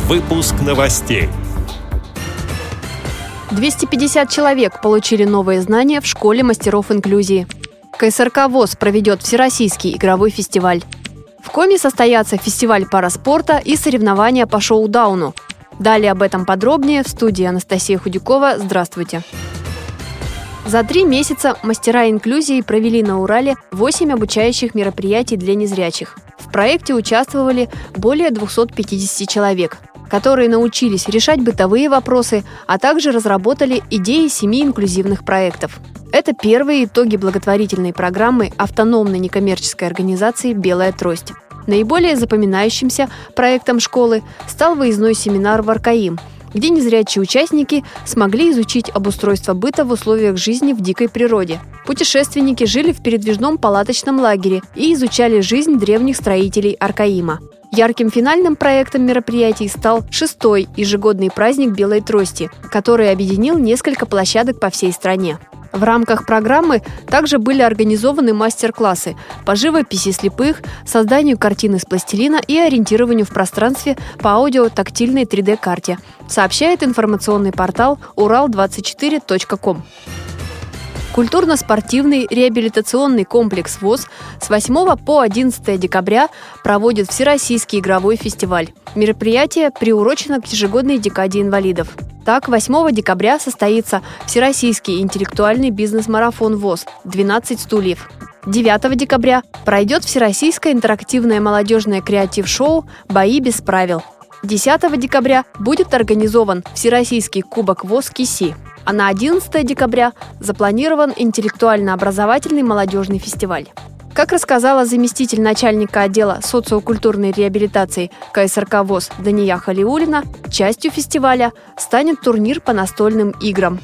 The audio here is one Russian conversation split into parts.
Выпуск новостей. 250 человек получили новые знания в школе мастеров инклюзии. КСРК ВОС проведет всероссийский игровой фестиваль. В Коми состоятся фестиваль параспорта и соревнования по шоу-дауну. Далее об этом подробнее в студии Анастасия Худякова. Здравствуйте. За 3 месяца мастера инклюзии провели на Урале 8 обучающих мероприятий для незрячих. В проекте участвовали более 250 человек, которые научились решать бытовые вопросы, а также разработали идеи 7 инклюзивных проектов. Это первые итоги благотворительной программы автономной некоммерческой организации «Белая трость». Наиболее запоминающимся проектом школы стал выездной семинар в Аркаим, где незрячие участники смогли изучить обустройство быта в условиях жизни в дикой природе. Путешественники жили в передвижном палаточном лагере и изучали жизнь древних строителей Аркаима. Ярким финальным проектом мероприятий стал 6-й ежегодный праздник Белой трости, который объединил несколько площадок по всей стране. В рамках программы также были организованы мастер-классы по живописи слепых, созданию картин из пластилина и ориентированию в пространстве по аудио-тактильной 3D-карте, сообщает информационный портал урал24.ком. Культурно-спортивный реабилитационный комплекс ВОС с 8 по 11 декабря проводит Всероссийский игровой фестиваль. Мероприятие приурочено к ежегодной декаде инвалидов. Так, 8 декабря состоится Всероссийский интеллектуальный бизнес-марафон ВОС «12 стульев». 9 декабря пройдет Всероссийское интерактивное молодежное креатив-шоу «Бои без правил». 10 декабря будет организован Всероссийский кубок ВОС «КИСИ». А на 11 декабря запланирован интеллектуально-образовательный молодежный фестиваль. Как рассказала заместитель начальника отдела социокультурной реабилитации КСРК ВОС Дания Халиуллина, частью фестиваля станет турнир по настольным играм.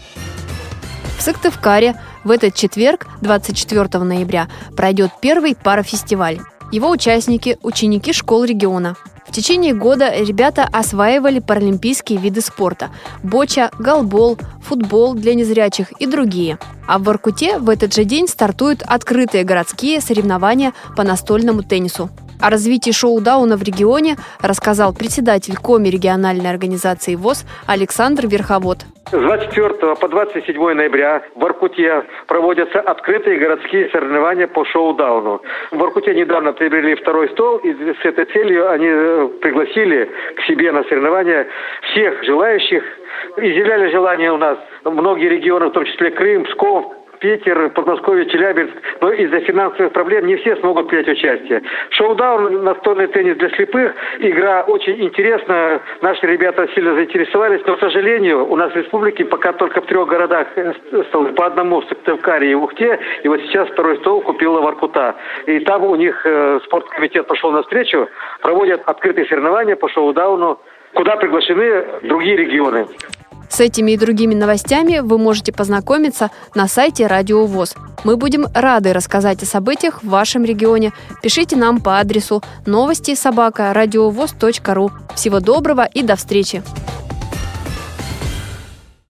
В Сыктывкаре в этот четверг, 24 ноября, пройдет первый парафестиваль. Его участники – ученики школ региона. В течение года ребята осваивали паралимпийские виды спорта – боча, голбол, футбол для незрячих и другие. А в Воркуте в этот же день стартуют открытые городские соревнования по настольному теннису. О развитии шоу-дауна в регионе рассказал председатель Коми региональной организации ВОС Александр Верховод. С 24 по 27 ноября в Воркуте проводятся открытые городские соревнования по шоу-дауну. В Воркуте недавно приобрели 2-й стол, и с этой целью они пригласили к себе на соревнования всех желающих. Изъявляли желание у нас многие регионы, в том числе Крым, Псков, Питер, Подмосковье, Челябинск, но из-за финансовых проблем не все смогут принять участие. Шоу-даун, настольный теннис для слепых, игра очень интересная, наши ребята сильно заинтересовались, но, к сожалению, у нас в республике пока только в 3 городах столы, по одному в Сыктывкаре и Ухте, и вот сейчас 2-й стол купила Воркута. И там у них спорткомитет пошел навстречу, проводят открытые соревнования по шоу-дауну, куда приглашены другие регионы. С этими и другими новостями вы можете познакомиться на сайте Радио ВОС. Мы будем рады рассказать о событиях в вашем регионе. Пишите нам по адресу новости@радиовос.ру. Всего доброго и до встречи!